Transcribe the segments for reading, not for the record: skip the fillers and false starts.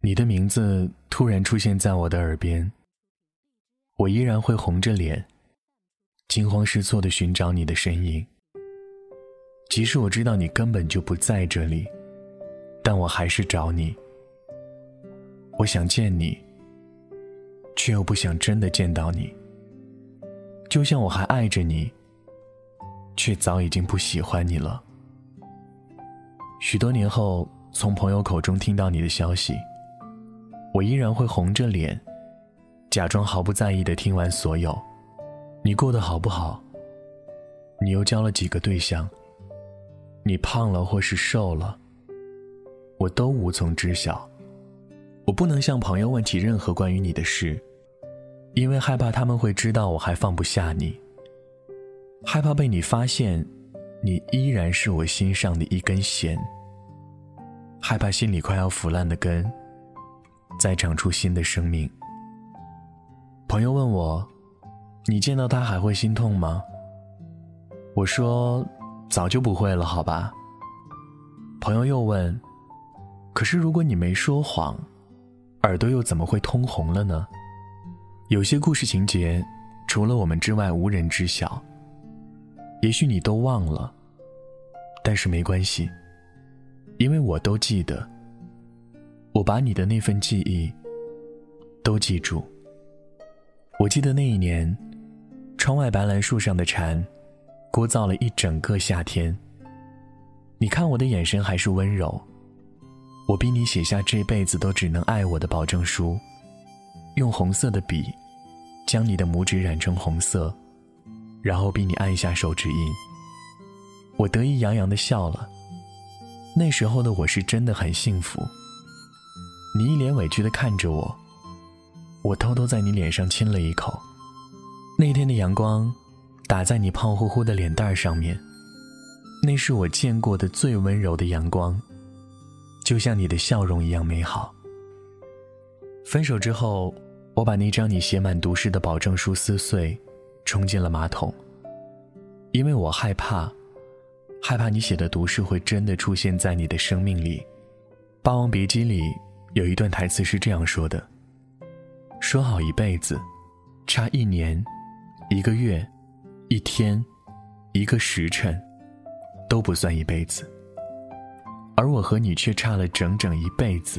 你的名字突然出现在我的耳边，我依然会红着脸，惊慌失措地寻找你的身影。即使我知道你根本就不在这里，但我还是找你。我想见你，却又不想真的见到你。就像我还爱着你，却早已经不喜欢你了。许多年后，从朋友口中听到你的消息，我依然会红着脸，假装毫不在意地听完所有。你过得好不好？你又交了几个对象？你胖了或是瘦了？我都无从知晓。我不能向朋友问起任何关于你的事，因为害怕他们会知道我还放不下你，害怕被你发现你依然是我心上的一根弦，害怕心里快要腐烂的根再长出新的生命。朋友问我，你见到他还会心痛吗？我说，早就不会了，好吧。朋友又问，可是如果你没说谎，耳朵又怎么会通红了呢？有些故事情节，除了我们之外无人知晓，也许你都忘了，但是没关系，因为我都记得。我把你的那份记忆都记住。我记得那一年，窗外白兰树上的蝉聒噪了一整个夏天。你看我的眼神还是温柔，我逼你写下这辈子都只能爱我的保证书，用红色的笔将你的拇指染成红色，然后逼你按下手指印。我得意洋洋地笑了，那时候的我是真的很幸福。你一脸委屈地看着我，我偷偷在你脸上亲了一口。那天的阳光打在你胖乎乎的脸蛋上面，那是我见过的最温柔的阳光，就像你的笑容一样美好。分手之后，我把那张你写满毒誓的保证书撕碎，冲进了马桶，因为我害怕你写的毒誓会真的出现在你的生命里。《霸王别姬》里有一段台词是这样说的，说好一辈子，差1年、1个月、1天、1个时辰都不算一辈子，而我和你却差了整整一辈子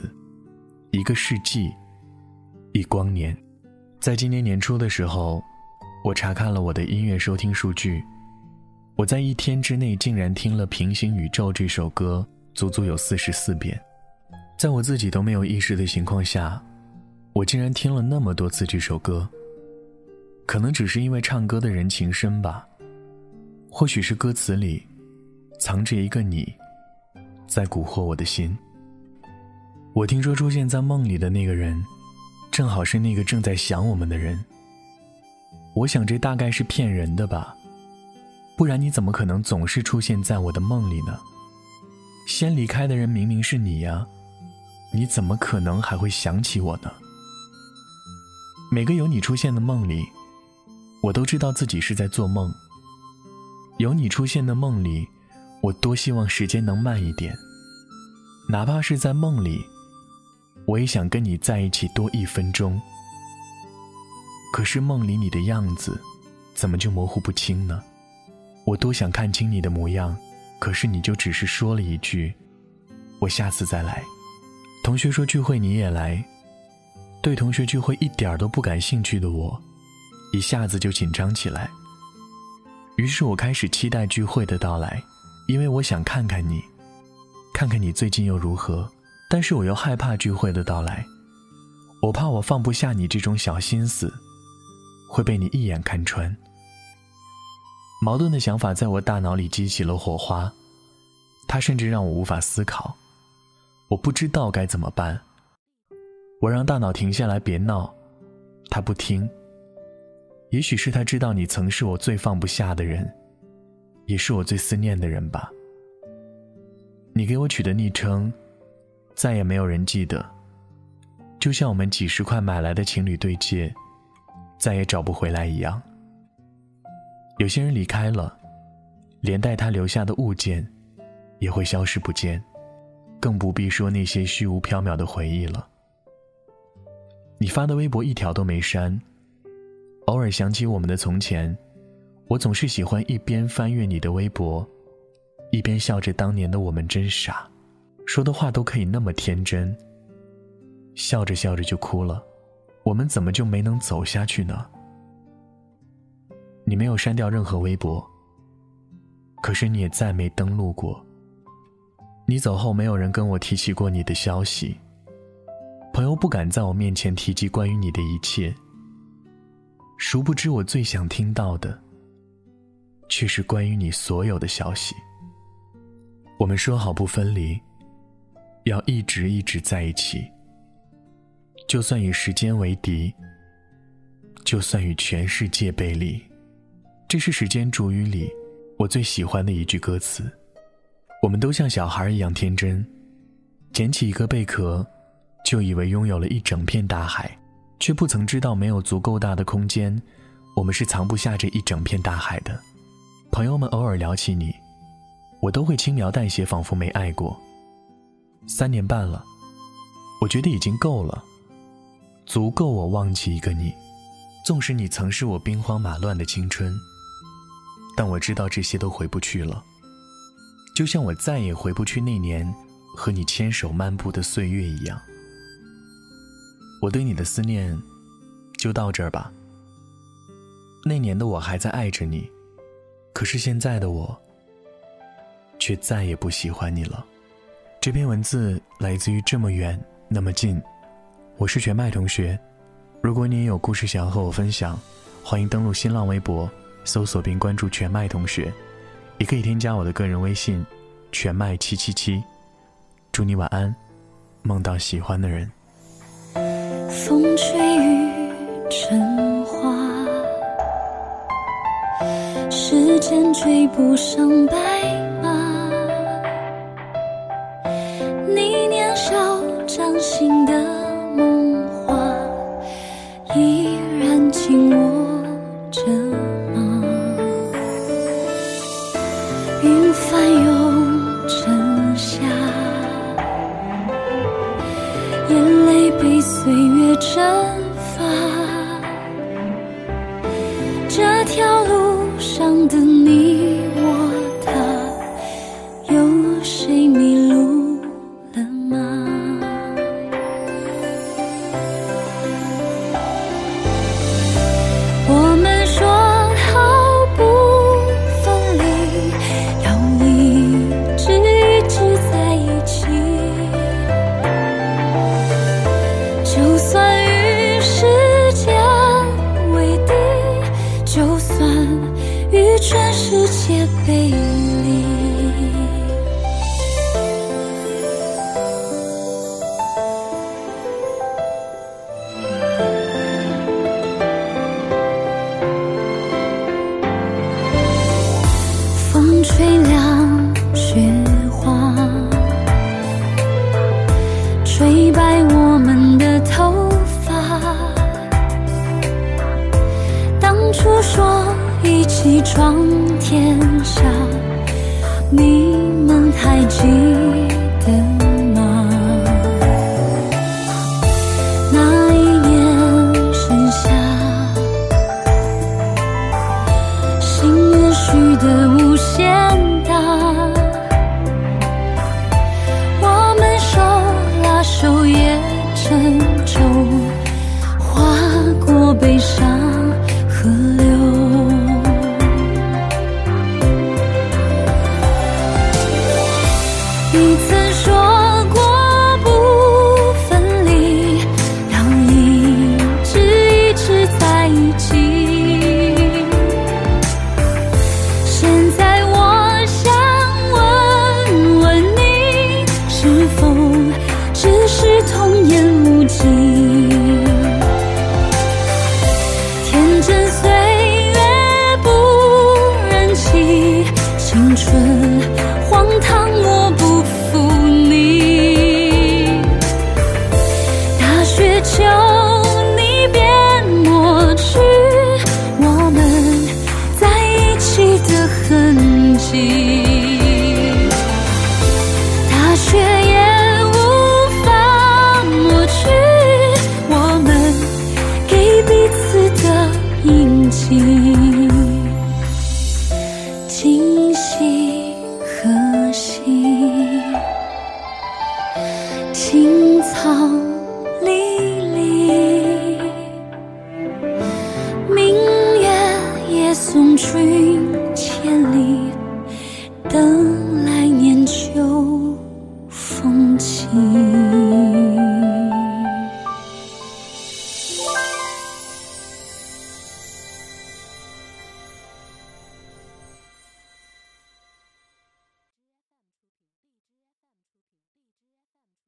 ，1个世纪，1光年。在今年年初的时候，我查看了我的音乐收听数据，我在1天之内竟然听了《平行宇宙》这首歌足足有44遍。在我自己都没有意识的情况下，我竟然听了那么多次这首歌。可能只是因为唱歌的人情深吧，或许是歌词里藏着一个你在蛊惑我的心。我听说出现在梦里的那个人正好是那个正在想我们的人，我想这大概是骗人的吧，不然你怎么可能总是出现在我的梦里呢？先离开的人明明是你呀，你怎么可能还会想起我呢？每个有你出现的梦里，我都知道自己是在做梦。有你出现的梦里，我多希望时间能慢一点，哪怕是在梦里，我也想跟你在一起多1分钟。可是梦里你的样子怎么就模糊不清呢？我多想看清你的模样，可是你就只是说了一句，我下次再来。同学说聚会你也来，对同学聚会一点都不感兴趣的我，一下子就紧张起来。于是我开始期待聚会的到来，因为我想看看你，看看你最近又如何。但是我又害怕聚会的到来，我怕我放不下你这种小心思会被你一眼看穿。矛盾的想法在我大脑里激起了火花，它甚至让我无法思考，我不知道该怎么办。我让大脑停下来别闹，它不听。也许是他知道你曾是我最放不下的人，也是我最思念的人吧。你给我取的昵称再也没有人记得，就像我们几十块买来的情侣对戒再也找不回来一样。有些人离开了，连带他留下的物件也会消失不见，更不必说那些虚无缥缈的回忆了。 你发的微博一条都没删。偶尔想起我们的从前，我总是喜欢一边翻阅你的微博，一边笑着当年的我们真傻，说的话都可以那么天真。笑着笑着就哭了，我们怎么就没能走下去呢？你没有删掉任何微博，可是你也再没登录过。你走后没有人跟我提起过你的消息，朋友不敢在我面前提及关于你的一切。殊不知我最想听到的却是关于你所有的消息。我们说好不分离，要一直一直在一起，就算与时间为敌，就算与全世界背离。这是时间煮雨里我最喜欢的一句歌词。我们都像小孩一样天真，捡起一个贝壳就以为拥有了一整片大海，却不曾知道没有足够大的空间，我们是藏不下这一整片大海的。朋友们偶尔聊起你，我都会轻描淡写，仿佛没爱过。3年半了，我觉得已经够了，足够我忘记一个你。纵使你曾是我兵荒马乱的青春，但我知道这些都回不去了，就像我再也回不去那年和你牵手漫步的岁月一样。我对你的思念就到这儿吧。那年的我还在爱着你，可是现在的我却再也不喜欢你了。这篇文字来自于这么远那么近，我是全麦同学。如果你也有故事想要和我分享，欢迎登录新浪微博搜索并关注全麦同学，也可以添加我的个人微信全麦777。祝你晚安，梦到喜欢的人。 风吹雨成花，时间追不上白马，你年少掌心的梦话依然紧握着吗？云翻涌成夏，眼泪被岁月蒸发，这条路上的你我他，有谁迷路了吗？我们说好不分离，要一直一直在一起，就算与时间为敌，就算与全世界背离。风吹凉雪花，吹白我们的头发，当初说一起闯天下，你们还记得吗？那一年盛夏，心愿许得无限大，我们手拉手也沉重，划过悲伤河流。你曾说过不分离，要一直一直在一起，现在我想问问你，是否只是童言无忌？天真岁月不忍欺，青春荒唐我不负你。大雪求你别抹去我们在一起的痕迹，大雪也无法抹去我们青草离离，明月夜送君千里，等